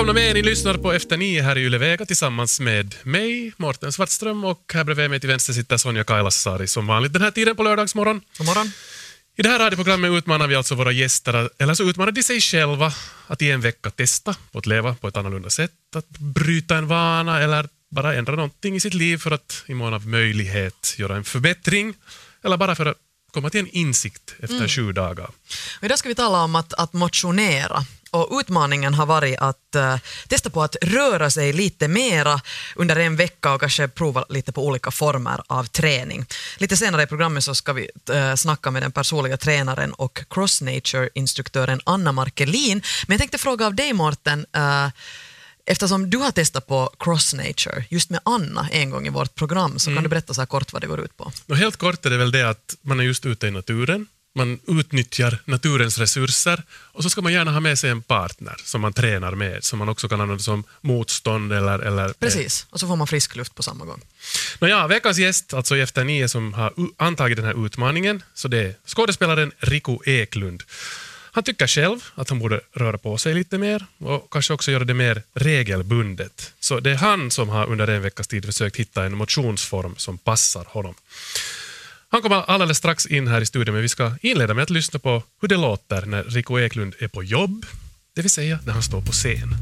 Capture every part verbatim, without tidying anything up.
välkomna med. Ni lyssnar på Efter nio här i Yle Vega tillsammans med mig, Mårten Svartström, och här bredvid mig till vänster sitter Sonja Kailasari som vanligt den här tiden på lördagsmorgon. God morgon. I det här radioprogrammet utmanar vi alltså våra gäster, eller så utmanar de sig själva att i en vecka testa på att leva på ett annorlunda sätt, att bryta en vana eller bara ändra någonting i sitt liv för att i mån av möjlighet göra en förbättring eller bara för att komma till en insikt efter mm. sju dagar. Och idag ska vi tala om att, att motionera. Och utmaningen har varit att uh, testa på att röra sig lite mera under en vecka och kanske prova lite på olika former av träning. Lite senare i programmet så ska vi uh, snacka med den personliga tränaren och cross-nature-instruktören Anna Markelin. Men jag tänkte fråga av dig, Mårten, uh, eftersom du har testat på cross-nature just med Anna en gång i vårt program, så mm. kan du berätta så här kort vad det går ut på? Och helt kort är det väl det att man är just ute i naturen. Man utnyttjar naturens resurser och så ska man gärna ha med sig en partner som man tränar med, som man också kan använda som motstånd eller... eller Precis, och så får man frisk luft på samma gång. Nåja, veckans gäst, alltså Efter nio, som har antagit den här utmaningen, så det är skådespelaren Riku Eklund. Han tycker själv att han borde röra på sig lite mer och kanske också göra det mer regelbundet. Så det är han som har under en veckas tid försökt hitta en motionsform som passar honom. Han kommer alldeles strax in här i studion, men vi ska inleda med att lyssna på hur det låter när Riku Eklund är på jobb, det vill säga när han står på scen.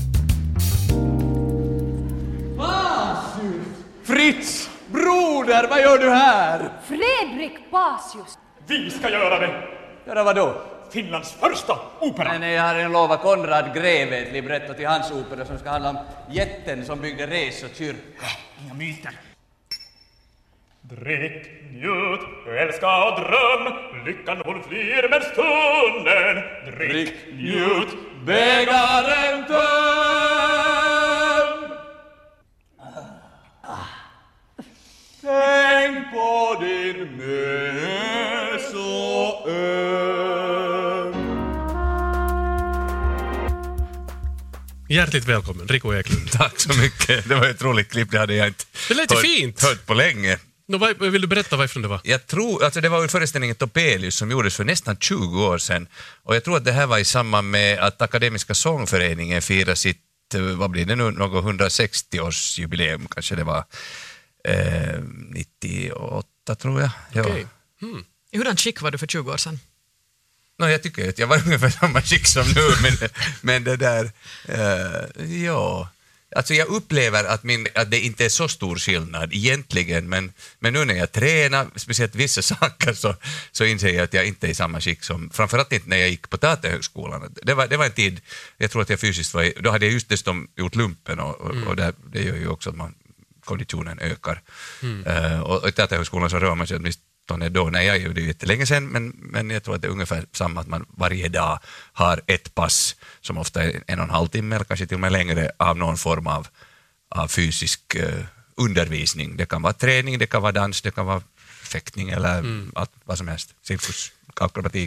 Pasius! Fritz! Broder, vad gör du här? Fredrik Pasius! Vi ska göra det! Göra vad då? Finlands första opera! Nej, nej, jag har en lovat Konrad Greve ett libretto till hans opera som ska handla om jätten som byggde res och kyrka. Inga myter. Drick, njut, älska och dröm. Lyckan hon flyr med stunden. Drick, Drick njut, bägaren töm. Tänk på din mös och öm. Hjärtligt välkommen, Riku Eklund. Tack så mycket. Det var ett roligt klipp, det hade jag inte Det lät ju hört, fint. hört på länge. Nå, vad, vill du berätta varifrån det var? Jag tror, alltså det var ju föreställningen Topelius som gjordes för nästan tjugo år sedan. Och jag tror att det här var i samband med att Akademiska sångföreningen firar sitt, vad blir det nu, något hundrasextio-årsjubileum kanske det var, eh, nittioåtta tror jag. Okej. Okay. Hmm. I hurdan skick var du för tjugo år sedan? No, jag tycker att jag var ungefär samma skick som nu, men, men det där, uh, ja... Alltså jag upplever att, min, att det inte är så stor skillnad egentligen, men, men nu när jag tränar, speciellt vissa saker, så, så inser jag att jag inte är i samma skick som, framförallt inte när jag gick på teaterhögskolan. Det var, det var en tid, jag tror att jag fysiskt var, då hade jag just dessutom gjort lumpen och, och, mm. och det, det gör ju också att man, konditionen ökar. Mm. Uh, och i teaterhögskolan så rör man sig åtminstone då, nej jag gjorde det jättelänge sedan, men, men jag tror att det är ungefär samma att man varje dag har ett pass som ofta är en och en halv timme eller kanske till och med längre av någon form av, av fysisk uh, undervisning. Det kan vara träning, det kan vara dans, det kan vara fäktning eller mm. allt, vad som helst. Cirkus, akrobatik.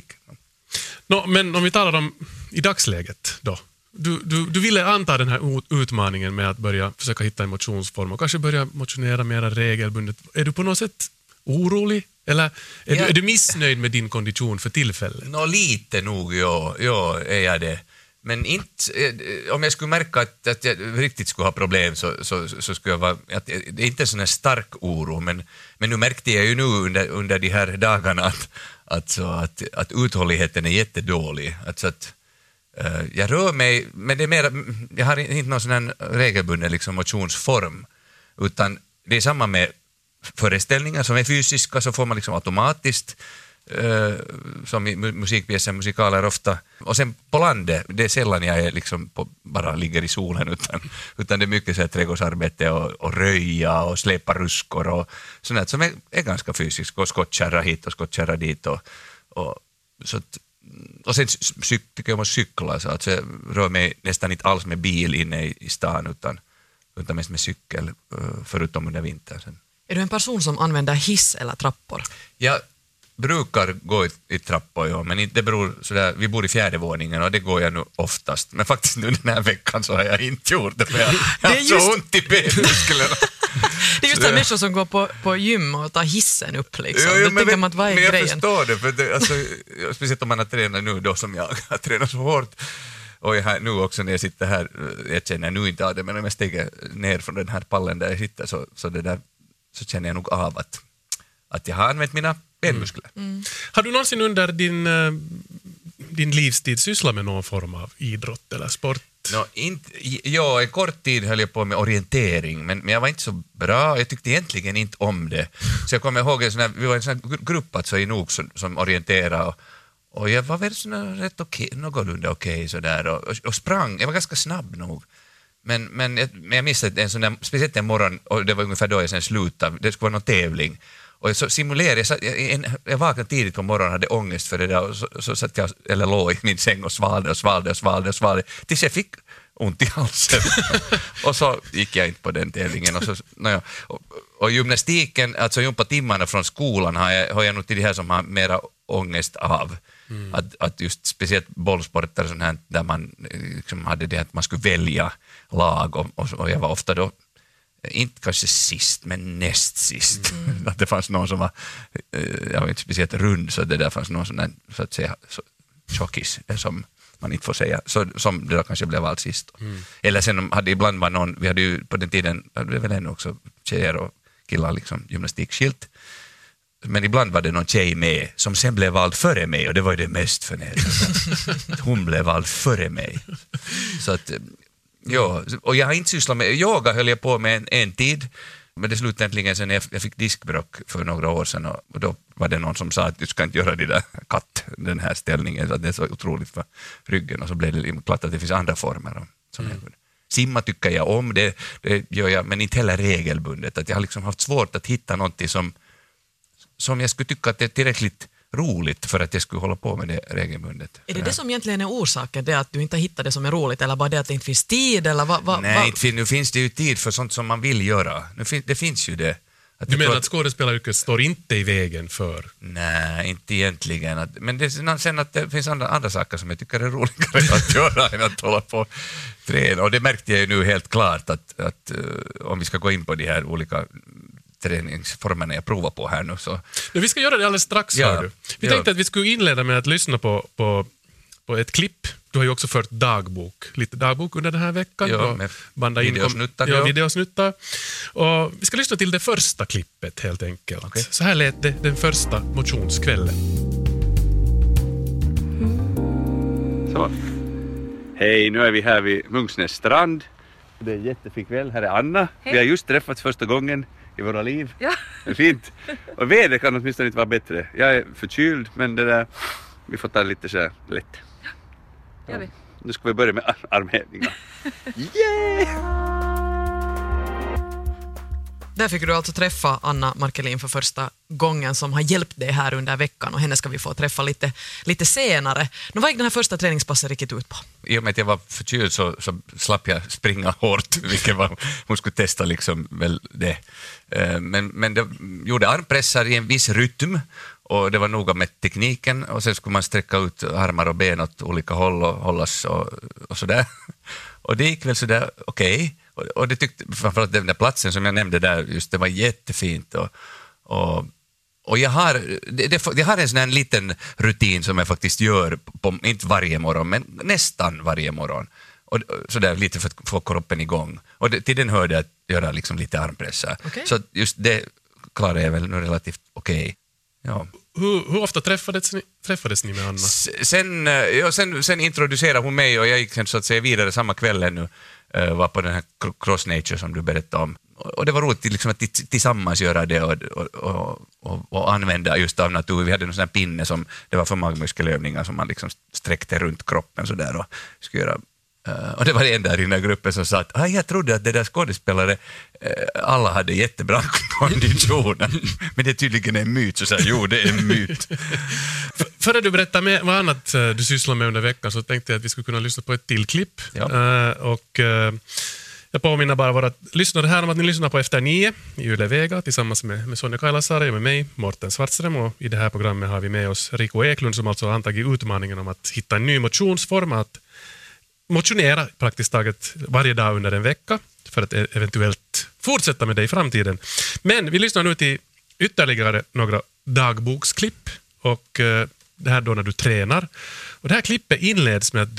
No, men om vi talar om i dagsläget då. Du, du, du ville anta den här utmaningen med att börja försöka hitta en motionsform och kanske börja motionera mer regelbundet. Är du på något sätt orolig? Eller är, ja. du, är du missnöjd med din kondition för tillfället? Nå, lite nog, ja, ja, är jag det. Men inte, om jag skulle märka att, att jag riktigt skulle ha problem så, så, så skulle jag vara, att det är inte en sån här stark oro, men, men nu märkte jag ju nu under, under de här dagarna att, alltså, att, att uthålligheten är jättedålig. Alltså att uh, jag rör mig, men det är mer, jag har inte någon sån här regelbunden liksom, motionsform, utan det är samma med föreställningar som är fysiska, så får man liksom automatiskt uh, som i musikpjäser, musikaler ofta. Och sen på landet, det är sällan jag är liksom på, bara ligger i solen, utan, utan det är mycket så här trädgårdsarbete och, och röja och släpa ruskor och sånt som är, är ganska fysiskt, och skottkärra hit och skottkärra dit och, och, så att, och sen cyk, tycker jag om att cykla, så att jag rör mig nästan inte alls med bil inne i, i stan, utan, utan mest med cykel, förutom under vintern sen. Är du en person som använder hiss eller trappor? Jag brukar gå i, i trappor, ja, men det beror sådär, vi bor i fjärde våningen och det går jag nu oftast. Men faktiskt nu den här veckan så har jag inte gjort det, för jag, jag har just... så ont i benmusklerna. Det är just de människor som går på, på gym och tar hissen upp liksom. Jo, jo, då men, tänker man att vad är men jag grejen? förstår det, för det, alltså, speciellt om man har tränat nu då som jag har tränat så hårt. och jag har, nu också när jag sitter här, jag känner nu inte av det, men om jag stiger ner från den här pallen där jag sitter så, så, det där, så känner jag nog av att, att jag har använt mina benmuskler. Mm. Mm. Har du någonsin under din, din livstid sysslat med någon form av idrott eller sport? No, inte, ja, en kort tid höll jag på med orientering, men, men jag var inte så bra. Jag tyckte egentligen inte om det. Så jag kommer ihåg, en sån här, vi var en sån här grupp alltså, i Nog som, som orienterade och, och jag var väl sån rätt okej, någorlunda okej sådär och, och, och sprang. Jag var ganska snabb nog. Men, men, jag, men jag missade en sån där, speciellt en morgon, och det var ungefär då jag sen slutade, det skulle vara någon tävling. Och så simulerade, jag, jag, jag vaknade tidigt på morgonen och hade ångest för det där och så, så satt jag, eller låg i min säng och svalde och svalde och svalde och svalde tills jag fick ont i halsen. Och så gick jag inte på den tävlingen. Och, så, naja, och, och gymnastiken, alltså gympatimmarna från skolan har jag, har jag nog till det här som har mera ångest av. Mm. Att, att just speciellt bollsporter och sånt här, där man liksom hade det att man skulle välja lag och, och, och jag var ofta då inte kanske sist, men näst sist. Mm. Att det fanns någon som var, jag var inte speciellt rund, så det där fanns någon sån där, så att säga, så, tjockis, som man inte får säga, så, som det då kanske blev allt sist. Mm. Eller sen hade ibland var någon, vi hade ju på den tiden, hade vi väl ännu också tjejer och killar liksom gymnastikskilt, men ibland var det någon tjej med som sen blev vald före mig och det var ju det mest förnedrande. Hon blev vald före mig. Så att ja, och jag har inte sysslat med yoga, höll jag på med en, en tid, men det slutade äntligen sen jag, jag fick diskbråck för några år sedan och, och då var det någon som sa att du ska inte göra det där katt, den här ställningen, så att det är så otroligt för ryggen, och så blev det klart att det finns andra former som mm. jag, simma tycker jag om, det, det gör jag, men inte heller regelbundet, att jag har liksom haft svårt att hitta någonting som, som jag skulle tycka att det är tillräckligt roligt för att jag skulle hålla på med det regelbundet. Är det det som egentligen är orsaken? Det att du inte hittar det som är roligt, eller bara det att det inte finns tid? Eller va, va, Nej, inte, nu finns det ju tid för sånt som man vill göra. Nu fin, det finns ju det. Att du menar att, att skådespelaryrket står inte i vägen för? Nej, inte egentligen. Att, men det är sen att det finns andra, andra saker som jag tycker är roligare att göra än att hålla på träna. Och det märkte jag ju nu helt klart att, att uh, om vi ska gå in på de här olika träningsformerna jag provar på här nu. Så. Ja, vi ska göra det alldeles strax. Ja, du. Vi ja. tänkte att vi skulle inleda med att lyssna på, på, på ett klipp. Du har ju också fört dagbok, lite dagbok under den här veckan. Ja, med banda in videosnuttar. Ja, videosnuttar. Och vi ska lyssna till det första klippet helt enkelt. Okay. Så här lät det den första motionskvällen. Så. Hej, nu är vi här vid Munksnäs strand. Det är en jättefin kväll. Här är Anna. Hej. Vi har just träffats första gången i våra liv. Ja. Det är fint. Och vädret kan åtminstone inte vara bättre. Jag är förkyld, men det där, vi får ta det lite så här lätt. Ja, gör vi. Nu ska vi börja med ar- armhävningar. Yeah! Där fick du alltså träffa Anna Markelin för första gången, som har hjälpt dig här under veckan, och henne ska vi få träffa lite, lite senare. Nu, vad gick den här första träningspassen riktigt ut på? I och med att jag var förkyld så, så slapp jag springa hårt, vilket var, hon skulle testa liksom väl det. Men, men det gjorde armpressar i en viss rytm, och det var noga med tekniken, och sen skulle man sträcka ut armar och ben åt olika håll och hållas och, och sådär. Och det gick väl sådär okej. Okay. Och, och det tyckte, framförallt den där platsen som jag nämnde där, just det var jättefint. Och, och, och jag, har, det, det, jag har en sån här liten rutin som jag faktiskt gör, på, inte varje morgon, men nästan varje morgon. Och, sådär lite för att få kroppen igång. Och det, till den hörde att göra liksom lite armpressar. Okay. Så just det klarar jag väl nu relativt okej. Okay. Ja. Hur, hur ofta träffades ni, träffades ni med Anna? Sen, ja, sen, sen introducerade hon mig och jag gick sen så att säga vidare samma kväll ännu. Uh, var på den här Cross Nature som du berättade om. Och, och det var roligt liksom att tillsammans göra det och, och, och, och, och använda just av natur. Vi hade en sån här pinne som, det var för magmuskelövningar som man liksom sträckte runt kroppen så där och skulle göra. Uh, och det var en där i den här gruppen som sa att jag trodde att det där skådespelare uh, alla hade jättebra konditioner. Men det är tydligen en myt. Så sa jo, det är en myt. Före du berättar med vad annat du sysslar med under veckan, så tänkte jag att vi skulle kunna lyssna på ett till klipp. Ja. Uh, och uh, jag påminner bara våra lyssnare här om att ni lyssnar på Efter nio i Yle Vega tillsammans med, med Sonja Kailasari och med mig, Morten Svartström. Och i det här programmet har vi med oss Rico Eklund, som alltså har antagit utmaningen om att hitta en ny motionsform, att motionera praktiskt taget varje dag under en vecka för att eventuellt fortsätta med det i framtiden. Men vi lyssnar nu till ytterligare några dagboksklipp, och uh, det här då när du tränar. Och det här klippet inleds med att du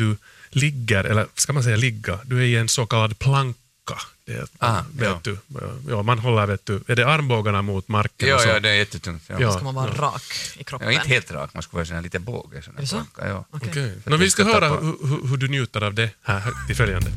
ligger, eller ska man säga ligga, du är i en så kallad planka. Det är, ah, vet ja. du, ja, man håller, vet du, är det armbågarna mot marken? Ja, och så? ja, det är jättetungt. Ja. Ja. Ska man vara rak i kroppen? Ja, inte helt rak, man skulle vara sån lite båge. Sån Är det så? planka, ja. Okej. Okej. För Men att vi det ska ska höra tappa- hur, hur, hur du njuter av det här till följande.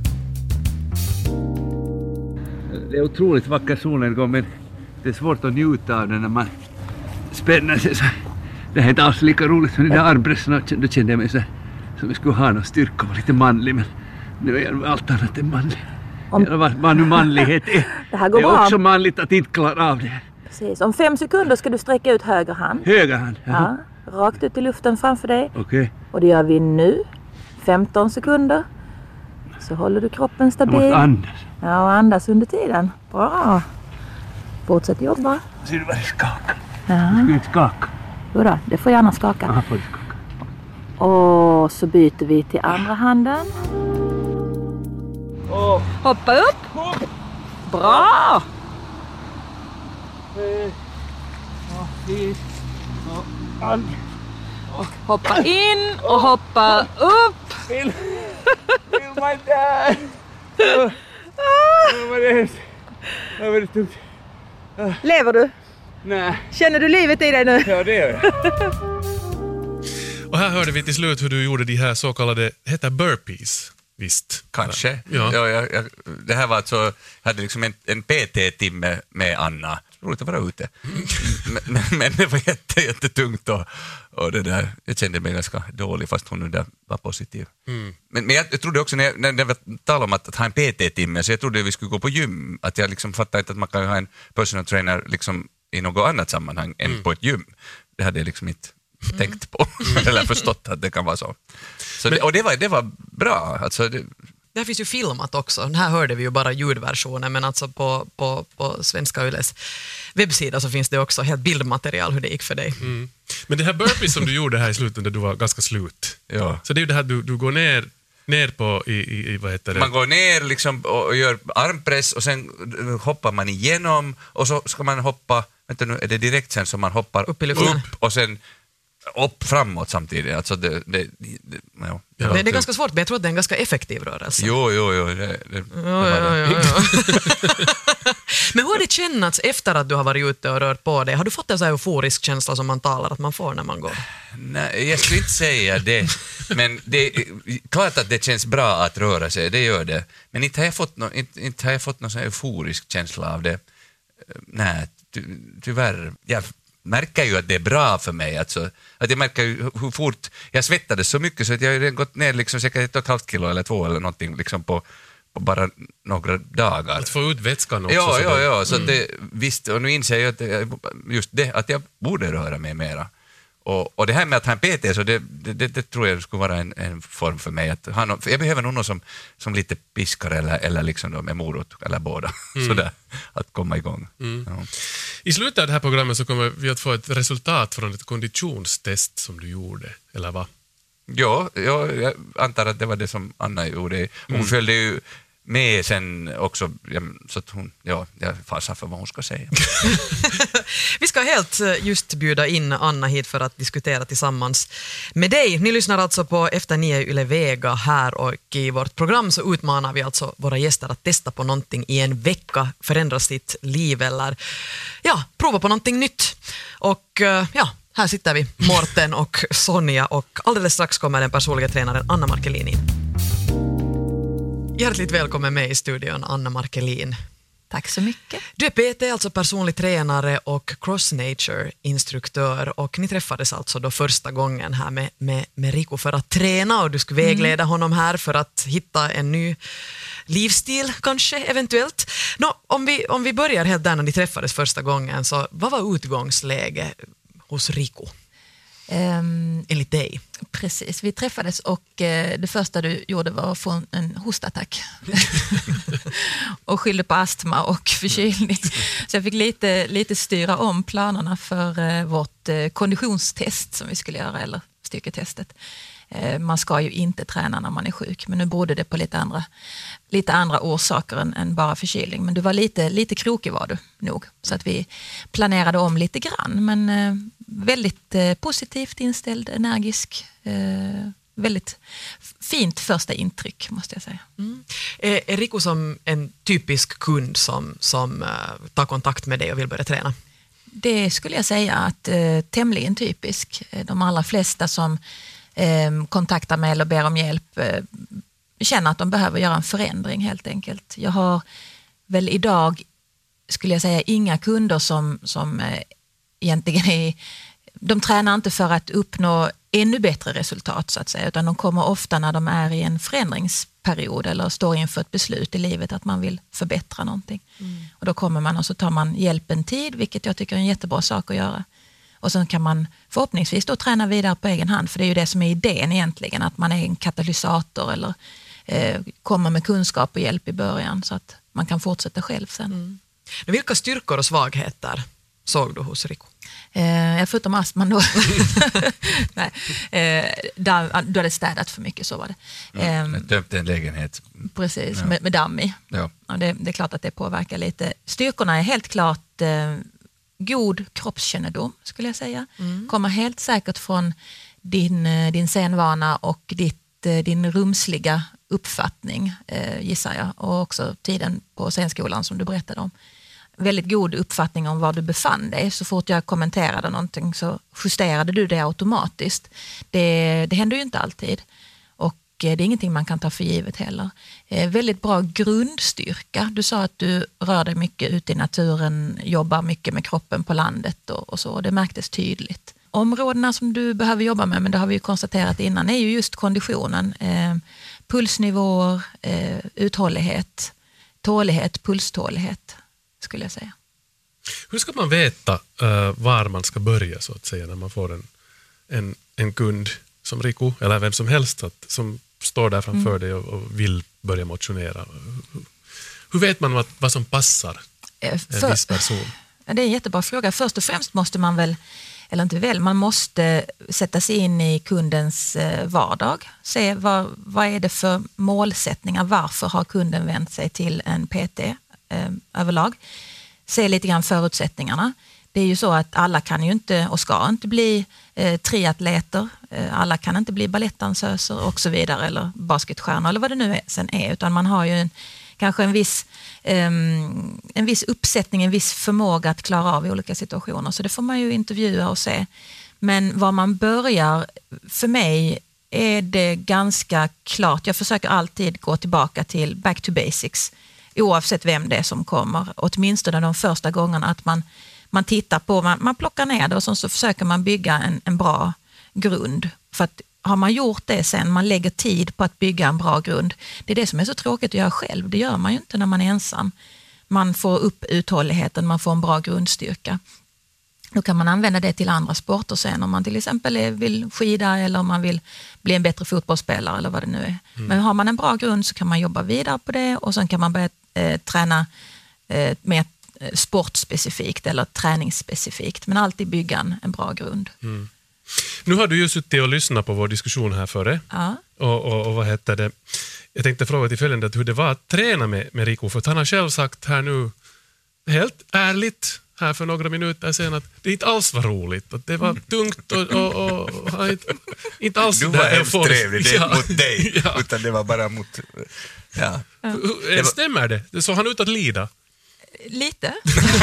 Det är otroligt vacker solnedgång, men det är svårt att njuta av den när man spänner sig så. Det är inte alls lika roligt som de där armbrösterna. Då kände jag mig så här, som jag skulle ha någon styrka och vara lite manlig, men nu är jag allt annat än manlig. Om... Vad, vad nu manlighet är. Det här går det är bra. också manligt att inte klara av det. Precis. Om fem sekunder ska du sträcka ut höger hand. Höger hand. Ja, rakt ut i luften framför dig. Okej. Okay. Och det gör vi nu. femton sekunder. Så håller du kroppen stabil. Jag måste andas. Ja, och andas under tiden. Bra. Fortsätt jobba. Ser du vad det skakar? Ja. Du ska inte skaka. Jodå, det får gärna skaka. Aha, får det skaka. Och så byter vi till andra handen. Oh. Hoppa upp. Hopp. Bra. Oh, hit. Oh, and. Oh. Hoppa in och hoppa upp. Feel, feel my dad. Oh, oh, vad det är. Det var tungt. Oh. Lever du? Nej. Känner du livet i dig nu? Ja, det gör jag. Och här hörde vi till slut hur du gjorde de här så kallade, heter burpees, visst? Kanske. Ja. Ja, jag, jag, det här var alltså, jag hade liksom en, en P T-timme med Anna. Roligt att vara ute. men, men, men det var jätte, jättetungt och, och det där, jag kände mig ganska dålig fast hon nu där var positiv. Mm. Men, men jag, jag trodde också när jag, när jag talade om att, att ha en P T-timme, så jag trodde att vi skulle gå på gym. Att jag liksom fattade inte att man kan ha en personal trainer liksom i något annat sammanhang än mm. på ett gym. Det hade jag liksom inte mm. tänkt på. Eller förstått att det kan vara så. så men, det, och det var, det var bra. Alltså det, Det här finns ju filmat också. Här hörde vi ju bara ljudversionen, men alltså på, på, på Svenska Yles webbsida så finns det också helt bildmaterial hur det gick för dig. Mm. Men det här burpees som du gjorde här i slutet när du var ganska slut. Ja. Så det är ju det här du, du går ner, ner på i, i, i vad heter det? Man går ner liksom och gör armpress och sen hoppar man igenom och så ska man hoppa, vänta nu, är det direkt sen som man hoppar upp, i luften. upp och sen upp framåt samtidigt. Alltså det, det, det, ja, det, det, det är ganska svårt, men jag tror att det är en ganska effektiv rörelse. Jo, jo, jo. Det, det, det ja, ja, ja, ja. Men hur har det kännats efter att du har varit ute och rört på dig? Har du fått en så här euforisk känsla som man talar att man får när man går? Nej, jag skulle inte säga det. Men det är klart att det känns bra att röra sig, det gör det. Men inte har jag fått, no, inte, inte har jag fått någon så här euforisk känsla av det. Nej, ty, tyvärr. Jag märker ju att det är bra för mig. Alltså, att jag märker ju hur fort jag svettades så mycket så att jag har gått ner liksom säkert ett och ett halvt kilo eller två eller någonting liksom på, på bara några dagar. Att få ut vätskan också. Ja, så ja, det, ja. Så mm. det, visst, och nu inser jag att det, just det, att jag borde röra mig mera. Och, och det här med att ha en P T, så det, det, det tror jag skulle vara en, en form för mig. Att ha någon, för jag behöver någon som, som lite piskar eller, eller liksom då med morot, eller båda. Mm. Sådär, att komma igång. Mm. Ja. I slutet av det här programmet så kommer vi att få ett resultat från ett konditionstest som du gjorde, eller vad? Ja, ja, jag antar att det var det som Anna gjorde. Hon mm. följde ju med sen också, så att hon, ja, jag fasar för vad hon ska säga. Vi ska helt just bjuda in Anna hit för att diskutera tillsammans med dig. Ni lyssnar alltså på Efter nio Yle Vega här, och i vårt program så utmanar vi alltså våra gäster att testa på någonting i en vecka, förändra sitt liv eller ja, prova på någonting nytt. Och ja, här sitter vi, Morten och Sonja, och alldeles strax kommer den personliga tränaren Anna Markelin in. Hjärtligt välkommen med i studion, Anna Markelin. Tack så mycket. Du är P T, alltså personlig tränare och cross-nature-instruktör, och ni träffades alltså då första gången här med, med, med Riku för att träna, och du skulle vägleda mm. honom här för att hitta en ny livsstil kanske, eventuellt. Nå, om, vi, om vi börjar helt där när ni träffades första gången, så vad var utgångsläge hos Riku? Um, Enligt dig? Precis, vi träffades och eh, det första du gjorde var att få en hostattack och skyllde på astma och förkylning. Så jag fick lite, lite styra om planerna för eh, vårt eh, konditionstest som vi skulle göra, eller styrketestet. Eh, man ska ju inte träna när man är sjuk, men nu berodde det på lite andra, lite andra orsaker än, än bara förkylning. Men du var lite, lite krokig var du nog, så att vi planerade om lite grann, men eh, väldigt eh, positivt inställd, energisk. Eh, väldigt fint första intryck, måste jag säga. Mm. Är, är Riku som en typisk kund som, som uh, tar kontakt med dig och vill börja träna? Det skulle jag säga att eh, tämligen typisk. De allra flesta som eh, kontaktar mig eller ber om hjälp eh, känner att de behöver göra en förändring helt enkelt. Jag har väl idag, skulle jag säga, inga kunder som, som eh, egentligen är... De tränar inte för att uppnå ännu bättre resultat så att säga, utan de kommer ofta när de är i en förändringsperiod eller står inför ett beslut i livet att man vill förbättra någonting. Mm. Och då kommer man och så tar man hjälp en tid, vilket jag tycker är en jättebra sak att göra. Och sen kan man förhoppningsvis då träna vidare på egen hand, för det är ju det som är idén egentligen, att man är en katalysator eller eh, kommer med kunskap och hjälp i början så att man kan fortsätta själv sen. Mm. Vilka styrkor och svagheter såg du hos Riku? Eh, jag förutom astman då. Nej, eh, där, du hade städat för mycket, så var det. Eh, jag döpte en lägenhet. Precis, ja. med, med damm i. Ja. Ja, det, det är klart att det påverkar lite. Styrkorna är helt klart eh, god kroppskännedom, skulle jag säga. Mm. Kommer helt säkert från din, din scenvana och ditt, din rumsliga uppfattning, eh, gissar jag. Och också tiden på scenskolan som du berättade om. Väldigt god uppfattning om var du befann dig. Så fort jag kommenterade någonting så justerade du det automatiskt. Det, det händer ju inte alltid. Och det är ingenting man kan ta för givet heller. Eh, väldigt bra grundstyrka. Du sa att du rör dig mycket ute i naturen, jobbar mycket med kroppen på landet och, och så. Det märktes tydligt. Områdena som du behöver jobba med, men det har vi ju konstaterat innan, är ju just konditionen. Eh, pulsnivåer, eh, uthållighet, tålighet, pulstålighet, skulle jag säga. Hur ska man veta uh, var man ska börja så att säga när man får en, en, en kund som Riku eller vem som helst att, som står där framför mm. dig och, och vill börja motionera? Hur, hur vet man vad, vad som passar en För, viss person? Det är en jättebra fråga. Först och främst måste man väl, eller inte väl, man måste sätta sig in i kundens vardag. Se vad, vad är det för målsättningar, varför har kunden vänt sig till en P T eh, överlag. Se lite grann förutsättningarna. Det är ju så att alla kan ju inte och ska inte bli eh, triatleter, eh, alla kan inte bli balettdansöser och så vidare, eller basketstjärnor eller vad det nu är, sen är, utan man har ju en, kanske en viss, eh, en viss uppsättning, en viss förmåga att klara av i olika situationer, så det får man ju intervjua och se. Men var man börjar, för mig är det ganska klart, jag försöker alltid gå tillbaka till back to basics, oavsett vem det är som kommer, åtminstone de första gångerna, att man Man tittar på, man, man plockar ner det och så, så försöker man bygga en, en bra grund. För att har man gjort det sen, man lägger tid på att bygga en bra grund. Det är det som är så tråkigt att göra själv. Det gör man ju inte när man är ensam. Man får upp uthålligheten, man får en bra grundstyrka. Då kan man använda det till andra sporter sen, om man till exempel är, vill skida eller om man vill bli en bättre fotbollsspelare eller vad det nu är. Mm. Men har man en bra grund så kan man jobba vidare på det och sen kan man börja eh, träna eh, med sportspecifikt eller träningsspecifikt, men alltid bygga en, en bra grund. Mm. Nu har du ju suttit och lyssnat på vår diskussion här före. Ja. Och, och, och vad heter det? Jag tänkte fråga till följande hur det var att träna med, med Riku, för att han har själv sagt här nu helt ärligt här för några minuter sedan att det inte alls var roligt, att det var tungt och, och, och, och inte, inte alls. Du var hemskt trevlig, det är ja. mot dig, ja. utan det var bara mot... Ja. Ja. Det var... Stämmer det? Det såg han ut att lida? Lite.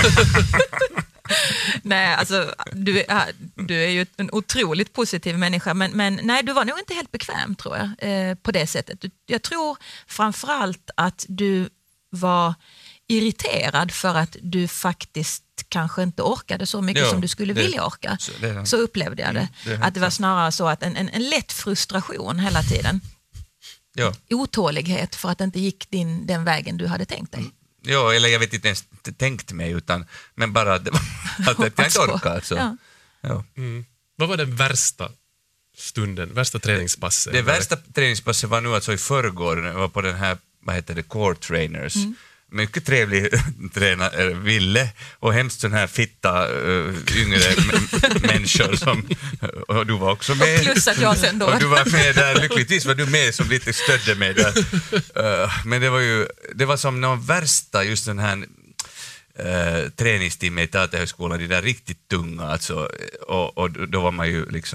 Nej, alltså du är, du är ju en otroligt positiv människa, men, men nej, du var nog inte helt bekväm, tror jag, eh, på det sättet. Jag tror framförallt att du var irriterad för att du faktiskt kanske inte orkade så mycket jo, som du skulle det, vilja orka. Så, det, så upplevde jag det. Mm, det att det var snarare så att en, en, en lätt frustration hela tiden. Ja. Otålighet för att det inte gick din, den vägen du hade tänkt dig. Mm. Ja, eller jag vet inte ens tänkt mig, utan, men bara att, att jag inte orkar. Alltså. Ja. Ja. Mm. Vad var den värsta stunden, värsta träningspasset? Det, det värsta träningspasset var nu alltså i förrgår, när jag var på den här, vad heter det, Core Trainers. Mm. Mycket trevlig tränare, Ville, och hemskt sån här fitta uh, yngre m- människor som, och du var också med. Och plus att jag sen då. Och du var med där, lyckligtvis var du med som lite stödde mig där. Uh, men det var ju, det var som någon värsta, just den här uh, träningstimmen i Teaterhögskolan, de där riktigt tunga alltså, och, och då var man ju liksom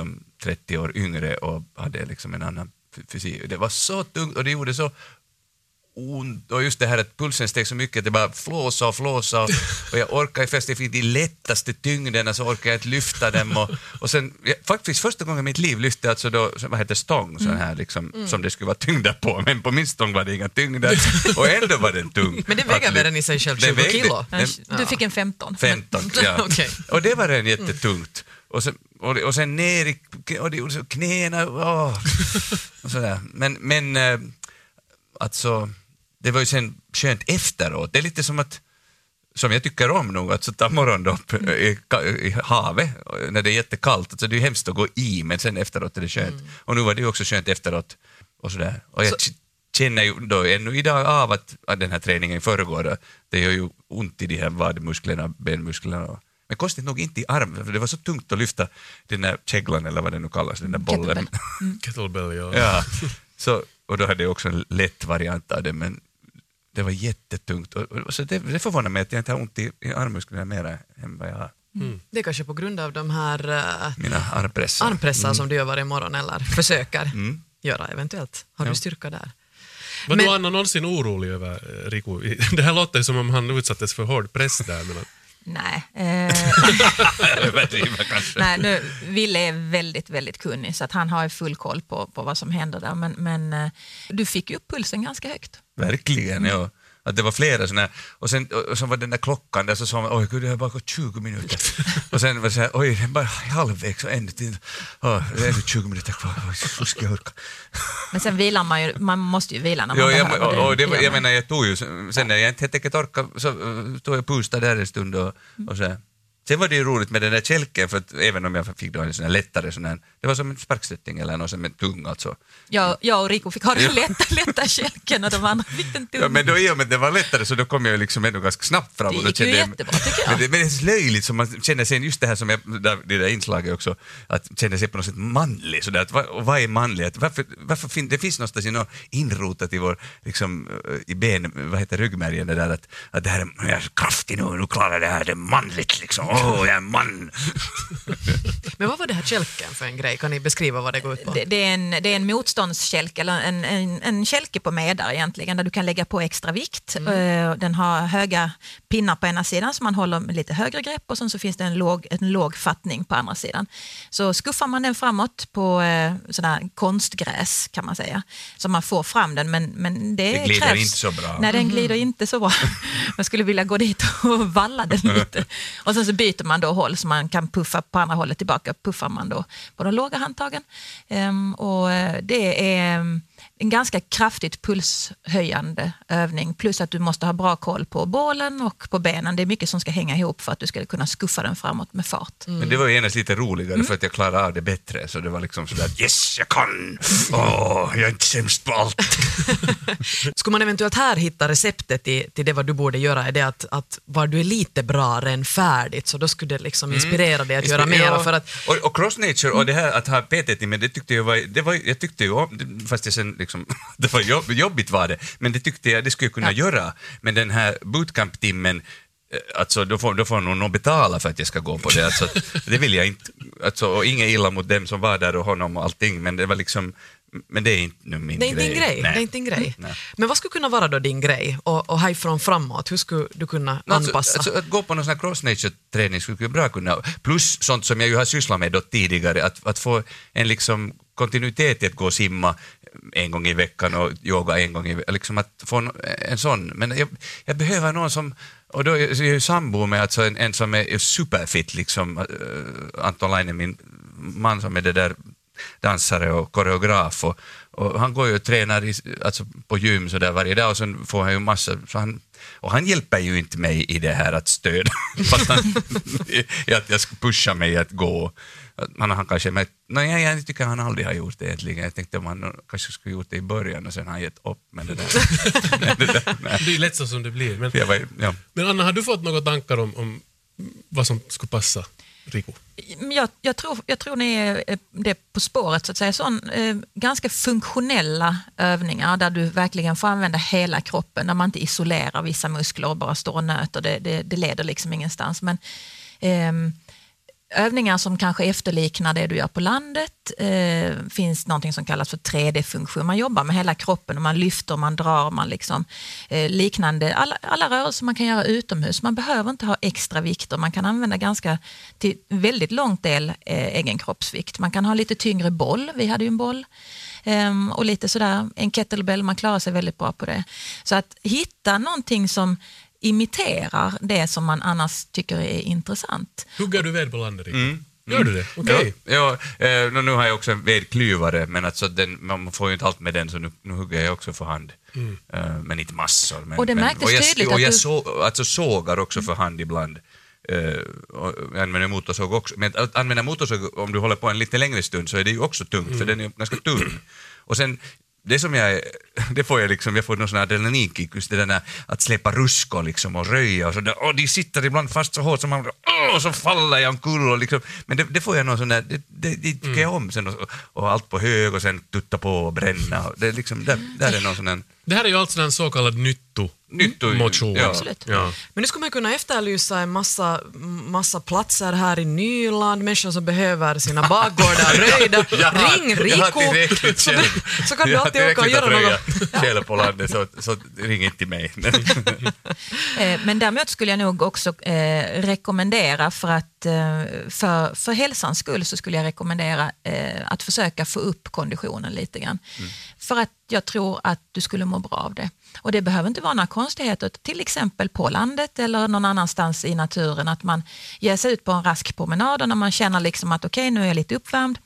trettio år yngre och hade liksom en annan fysik. Det var så tungt och det gjorde så ont. Och just det här att pulsen steg så mycket att det bara flåsa och flåsa. Och jag orkade först, jag fick de lättaste tyngderna så orkade jag inte lyfta dem. Och, och sen, jag, faktiskt första gången i mitt liv lyfte jag alltså då, vad heter stång, sån här liksom, mm. som det skulle vara tyngder på. Men på min stång var det inga tyngder. Och ändå var den tung. Men det väger väl den i sig själv tjugo vägde, kilo? Den, du fick en femton. femton, ja. Okay. Och det var den jättetungt. Och sen, och, och sen ner i och det, och så knäna åh, och sådär. Men, men äh, alltså det var ju sen skönt efteråt. Det är lite som att, som jag tycker om nog, att så ta morgondopp i, i havet när det är jättekallt. Alltså det är ju hemskt att gå i, men sen efteråt är det skönt. Mm. Och nu var det ju också skönt efteråt och sådär. Och jag så känner ju då ännu idag av att, att den här träningen föregår. Det gör ju ont i de här vadmusklerna, benmusklerna. Men konstigt nog inte i armen, för det var så tungt att lyfta den där käglan, eller vad det nu kallas, den där bollen. Kettlebell. Mm. Kettlebell, ja. Ja, så, och då hade jag också en lätt variant av det, men det var jättetungt. Och, och, så det, det förvånar mig att jag inte har ont i, i armmusklerna mer än vad jag har. Mm. Det är kanske på grund av de här uh, mina armpressar, armpressar mm. som du gör varje morgon eller försöker mm. göra eventuellt. Har ja. du styrka där? Var du Anna någonsin orolig över Riku? Det här låter som om han utsattes för hård press där. Men... Nej. Eh... Nej, nu, Ville är väldigt, väldigt kunnig så att han har full koll på, på vad som händer där. Men, men eh, du fick ju upp pulsen ganska högt. Verkligen, ja. Att det var flera sådana, och sen och så var den där klockan där så sa man, oj gud, det har bara gått tjugo minuter. Och sen var det så här, oj, det är bara halvvägs och ännu till, oh, det är ännu tjugo minuter kvar, hur ska jag orka? Men sen vilar man ju, man måste ju vila när man jo, behöver jag, och, och det. det jag menar, jag tog ju, sen när jag inte helt enkelt orkade så tog jag pustade där en stund och, och så här. Sen var det ju roligt med den där kälken, för att även om jag fick då en sån här lättare sån här, det var som en sparkstötting eller något som en tung alltså. Ja, jag och Riku fick ha den lätta, lätta kälken och de andra fick den tung. Ja, men då i och med det var lättare så då kom jag liksom ändå ganska snabbt fram. Det gick ju jättebra tycker jag. Men det, men det är så löjligt som man känner sig, just det här som jag, där, det där inslaget också, att känna sig på något sätt manlig sådär, att vad, vad är manligt? Varför, varför fin, det finns någonstans något inrotat i vår, liksom, i ben, vad heter ryggmärgen det där, att, att det här är, jag är kraftig nu, nu klarar det här, det är manligt liksom, åh, oh, jag är man. Men vad var det här kälken för en grej? Kan ni beskriva vad det går ut på? Det, det, är, en, det är en motståndskälke, eller en, en, en kälke på medar egentligen, där du kan lägga på extra vikt. Mm. Den har höga pinnar på ena sidan så man håller med lite högre grepp, och sen så finns det en låg, en låg fattning på andra sidan. Så skuffar man den framåt på sådär konstgräs kan man säga, så man får fram den, men, men det, det glider krävs, inte så bra. Nej, den glider mm. inte så bra. Man skulle vilja gå dit och valla den lite. Och sen så byter man då håll så man kan puffa på andra hållet tillbaka, puffar man då på de låga handtagen. Um, och det är en ganska kraftigt pulshöjande övning, plus att du måste ha bra koll på bålen och på benen. Det är mycket som ska hänga ihop för att du ska kunna skuffa den framåt med fart. Mm. Men det var ju genast lite roligare mm. för att jag klarade av det bättre, så det var liksom sådär, yes, jag kan! Åh, oh, jag är inte sämst på allt! Skulle man eventuellt här hitta receptet till, till det vad du borde göra, är det att, att var du är lite bra än färdigt, så då skulle det liksom inspirera mm. dig att Inspir- göra mer. Ja. För att... och, och cross nature och det här att ha P T men det tyckte jag var, det var jag tyckte ju om, fast jag sen liksom, det var jobb, jobbigt var det, men det tyckte jag det skulle jag kunna ja. göra. Men den här bootcamp-timmen, alltså då får, då får någon betala för att jag ska gå på det. Alltså, det vill jag inte, alltså, och inga illa mot dem som var där och honom och allting, men det var liksom, men det är inte nu min det är inte grej. Din grej. Det är inte din grej. Nej. Men vad skulle kunna vara då din grej? Och, och härifrån framåt, hur skulle du kunna anpassa? Alltså, alltså, att gå på någon sån här cross-nature-träning skulle jag bra kunna, plus sånt som jag ju har sysslat med då tidigare, att, att få en liksom kontinuitet i att gå och simma en gång i veckan och yoga en gång i veckan, liksom att få en, en sån, men jag, jag behöver någon som, och då är jag ju sambo med alltså en, en som är superfit liksom, uh, Anton Laine, min man som är det där dansare och koreograf, och, och han går ju och tränar i, alltså på gym så där varje dag, och sen får han ju massa, så han, och han hjälper ju inte mig i det här att stödja fast han, att jag ska pusha mig att gå. Han, han kanske, men nej, jag tycker han aldrig har gjort det egentligen. Jag tänkte om han kanske skulle gjort det i början och sen har han gett upp, men det där, nej, det, där nej. Det är lätt så som det blir. Men, var, ja. men Anna, har du fått några tankar om, om vad som skulle passa Riku? Jag, jag, tror, jag tror ni är det på spåret så att säga. Sån, eh, ganska funktionella övningar där du verkligen får använda hela kroppen, där man inte isolerar vissa muskler och bara står och nöter. Det, det, det leder liksom ingenstans. Men eh, övningar som kanske efterliknar det du gör på landet. Eh, finns någonting som kallas för tre D-funktion. Man jobbar med hela kroppen och man lyfter, man drar, man liksom eh, liknande. Alla, alla rörelser man kan göra utomhus. Man behöver inte ha extra vikter. Man kan använda ganska till väldigt långt del eh, egen kroppsvikt. Man kan ha lite tyngre boll. Vi hade ju en boll. Um, och lite sådär, en kettlebell, man klarar sig väldigt bra på det. Så att hitta någonting som imiterar det som man annars tycker är intressant. Huggar du ved på landet? Mm. Gör du det? Okej. Okay. Ja, ja eh, nu har jag också en vedklyvare, men alltså den, man får ju inte allt med den, så nu, nu hugger jag också för hand. Mm. Uh, men inte massor. Men, och det märktes men, och jag, tydligt och jag att du... så, alltså sågar också för hand ibland. Uh, och jag använder motorsåg också. Men att använda motorsåg om du håller på en lite längre stund så är det ju också tungt, mm. för den är ganska tung. Och sen det som jag, det får jag liksom, jag får någon sån här adrenalinkick, just det där att släppa ruskor liksom och röja och sådär, och de sitter ibland fast så hårt som man, åh, så faller jag omkull och liksom, men det, det får jag någon sån där, det, det, det tycker mm. jag om sen och, och allt på hög och sen tutta på och bränna, och det är liksom, där, där är någon sån här... Det här är ju alltså en så kallad nytto. Motion. Ja. Ja. Men nu skulle man kunna efterlysa en massa, massa platser här i Nyland, människor som behöver sina bakgårdar röjda. Ring Rico, så, så kan du alltid åka och göra något. Själv på landet, så, så ring inte till mig. Men däremot skulle jag nog också eh, rekommendera, för att eh, för, för hälsans skull så skulle jag rekommendera eh, att försöka få upp konditionen lite grann. Mm. För att jag tror att du skulle må bra av det. Och det behöver inte vara några konstigheter, till exempel på landet eller någon annanstans i naturen, att man ger sig ut på en rask promenad och när man känner liksom att okej, okay, nu är jag lite uppvärmd,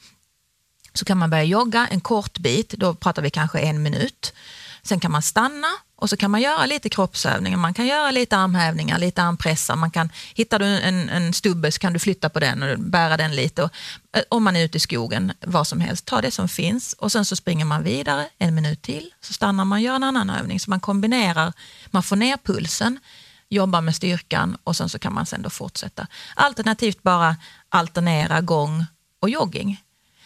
så kan man börja jogga en kort bit, då pratar vi kanske en minut. Sen kan man stanna och så kan man göra lite kroppsövningar, man kan göra lite armhävningar, lite armpressar, man kan, hittar du en, en stubbe så kan du flytta på den och bära den lite, och om man är ute i skogen, vad som helst, ta det som finns och sen så springer man vidare en minut till, så stannar man och gör en annan övning, så man kombinerar, man får ner pulsen, jobbar med styrkan och sen så kan man sen då fortsätta. Alternativt bara alternera gång och jogging.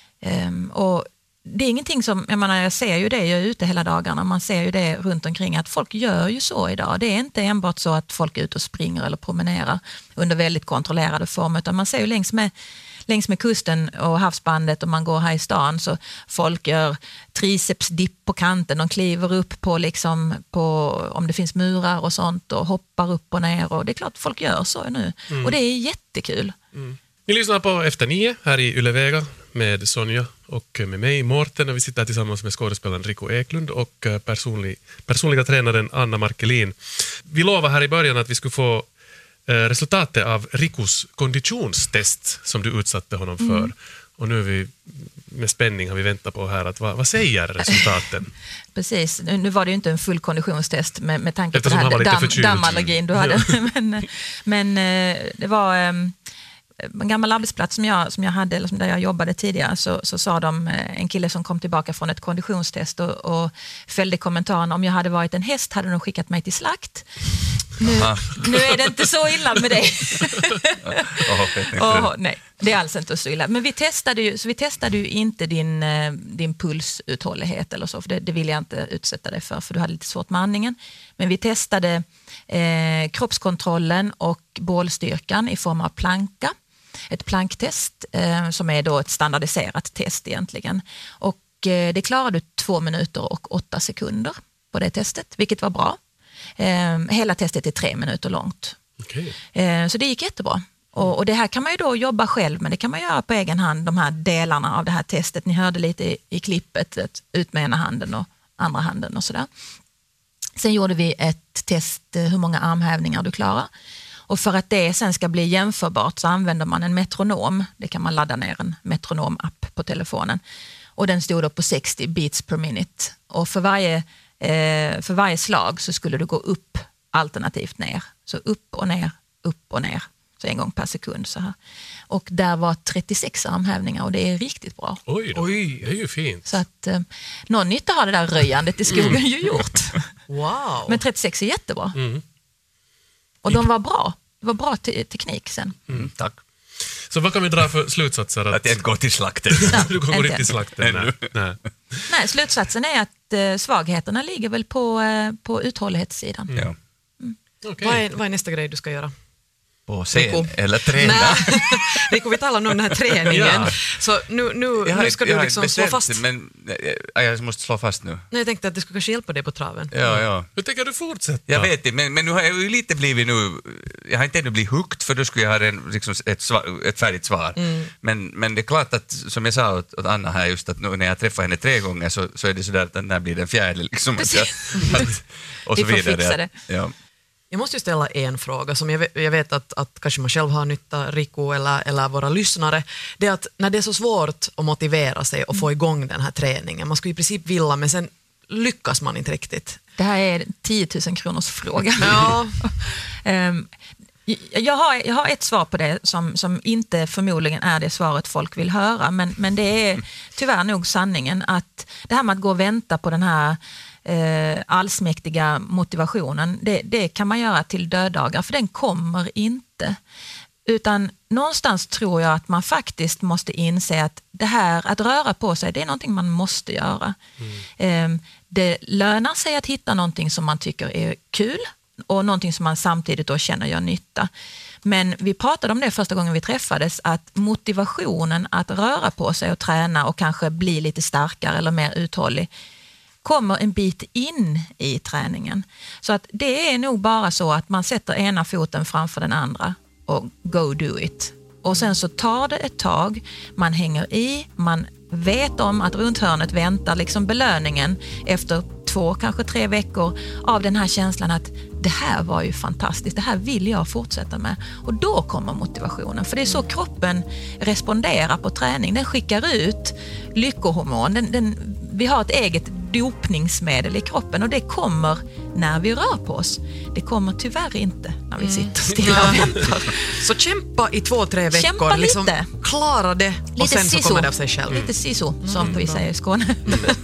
Um, och det är ingenting som, jag menar, jag ser ju det, jag är ute hela dagarna, man ser ju det runt omkring att folk gör ju så idag. Det är inte enbart så att folk är ute och springer eller promenerar under väldigt kontrollerade former, utan man ser ju längs med, längs med kusten och havsbandet, och man går här i stan, så folk gör tricepsdipp på kanten, de kliver upp på liksom på, om det finns murar och sånt, och hoppar upp och ner, och det är klart folk gör så nu. Mm. Och det är jättekul. Mm. Ni lyssnar på Efter nio här i Yle Vega med Sonja och med mig, Mårten, och vi sitter tillsammans med skådespelaren Rico Eklund och personlig, personliga tränaren Anna Markelin. Vi lovade här i början att vi skulle få eh, resultatet av Ricos konditionstest som du utsatte honom för. Mm. Och nu är vi med spänning har vi väntat på här att vad, vad säger resultaten? Precis, nu var det ju inte en full konditionstest med, med tanke Eftersom på den här dam, dammallergin du hade. Ja. men men det var en gammal arbetsplats som jag, som jag hade, eller som där jag jobbade tidigare, så, så sa de, en kille som kom tillbaka från ett konditionstest och, och fällde kommentaren, om jag hade varit en häst hade de skickat mig till slakt. Nu, nu är det inte så illa med dig. oh, nej, det är alls inte så illa. Men vi testade ju, så vi testade ju inte din, din pulsuthållighet eller så, för det, det vill jag inte utsätta dig för, för du hade lite svårt med andningen. Men vi testade eh, kroppskontrollen och bålstyrkan i form av planka. Ett planktest eh, som är då ett standardiserat test egentligen. Och eh, det klarade du två minuter och åtta sekunder på det testet, vilket var bra. Eh, hela testet är tre minuter långt. Okay. Eh, så det gick jättebra. Och, och det här kan man ju då jobba själv, men det kan man göra på egen hand, de här delarna av det här testet. Ni hörde lite i, i klippet, att ut med ena handen och andra handen och sådär. Sen gjorde vi ett test hur många armhävningar du klarar. Och för att det sen ska bli jämförbart så använder man en metronom. Det kan man ladda ner, en metronom-app på telefonen. Och den stod då på sextio beats per minute. Och för varje, eh, för varje slag så skulle du gå upp alternativt ner. Så upp och ner, upp och ner. Så en gång per sekund så här. Och där var trettiosex armhävningar och det är riktigt bra. Oj, då. Oj, det är ju fint. Så att eh, någon nytta har det där röjandet i skogen mm. ju gjort. Wow. Men trettiosex är jättebra. Mm. Och de var bra. Det var bra te- teknik sen. Mm, tack. Så vad kan vi dra för slutsatser? Att, att jag inte går till slakten. Ja, du går inte till slakten. Nej. Nej. Nej, slutsatsen är att eh, svagheterna ligger väl på, eh, på uthållighetssidan. Mm. Ja. Mm. Okay. Vad, är, vad är nästa grej du ska göra? på scen Rico. eller träna. Nej, Rico, vi talar nu om den här träningen. Ja. Så nu, nu, Jag har- nu ska jag du har liksom bestämt, slå fast. Men äh, jag måste slå fast nu. Nej, jag tänkte att det skulle kanske hjälpa dig på traven. Ja, ja. Hur tänker du fortsätta? Jag vet inte, men, men nu har jag ju lite blivit nu, jag har inte ännu blivit hooked för då skulle jag ha en, liksom, ett, svar, ett färdigt svar. Mm. Men, men det är klart att, som jag sa åt, åt Anna här just, att nu när jag träffar henne tre gånger så, så är det sådär att den där blir den fjärde liksom. Att jag, att, och så Vi får vidare. fixa det. Ja. Jag måste ju ställa en fråga som jag vet, jag vet att, att kanske man själv har nytta, Rico eller, eller våra lyssnare. Det är att när det är så svårt att motivera sig och få igång den här träningen, man skulle i princip vilja men sen lyckas man inte riktigt. Det här är tio tusen kronors fråga. Ja. um, jag, har, jag har ett svar på det som, som inte förmodligen är det svaret folk vill höra, men, men det är tyvärr nog sanningen att det här med att gå och vänta på den här eh, allsmäktiga motivationen, det, det kan man göra till döddagar, för den kommer inte. Utan någonstans tror jag att man faktiskt måste inse att det här att röra på sig, det är någonting man måste göra. Mm. Det lönar sig att hitta någonting som man tycker är kul och någonting som man samtidigt då känner gör nytta. Men vi pratade om det första gången vi träffades, att motivationen att röra på sig och träna och kanske bli lite starkare eller mer uthållig kommer en bit in i träningen. Så att det är nog bara så att man sätter ena foten framför den andra och go do it. Och sen så tar det ett tag, man hänger i, man vet om att runt hörnet väntar liksom belöningen efter två, kanske tre veckor av den här känslan att det här var ju fantastiskt, det här vill jag fortsätta med. Och då kommer motivationen, för det är så kroppen responderar på träning. Den skickar ut lyckohormon, den, den, vi har ett eget dopningsmedel i kroppen och det kommer när vi rör på oss. Det kommer tyvärr inte när vi sitter stilla och väntar. Så kämpa i två, tre veckor. Kämpa lite. Liksom, klara det och Lite sen så siso. kommer det av sig själv. Lite siso, som vi säger i Skåne.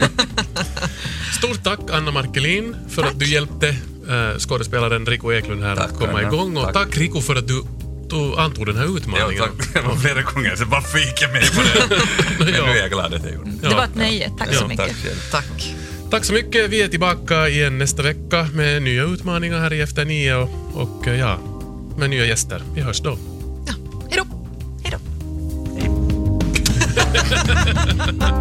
Stort tack Anna Markelin för att du hjälpte äh, skådespelaren Rico Eklund här Tack, att komma Anna. igång. Och tack, Tack. Rico för att du, du antog den här utmaningen. Ja, tack. Det var flera gånger, så bara fick jag med på det. Men nu är jag glad att jag gjorde det. Det var ett nöje, tack Ja, så mycket. Tack själv. Tack. Tack så mycket. Vi är tillbaka igen nästa vecka med nya utmaningar här i Efter nio och, och ja, med nya gäster. Vi hörs då. Ja, hej då. Hej då.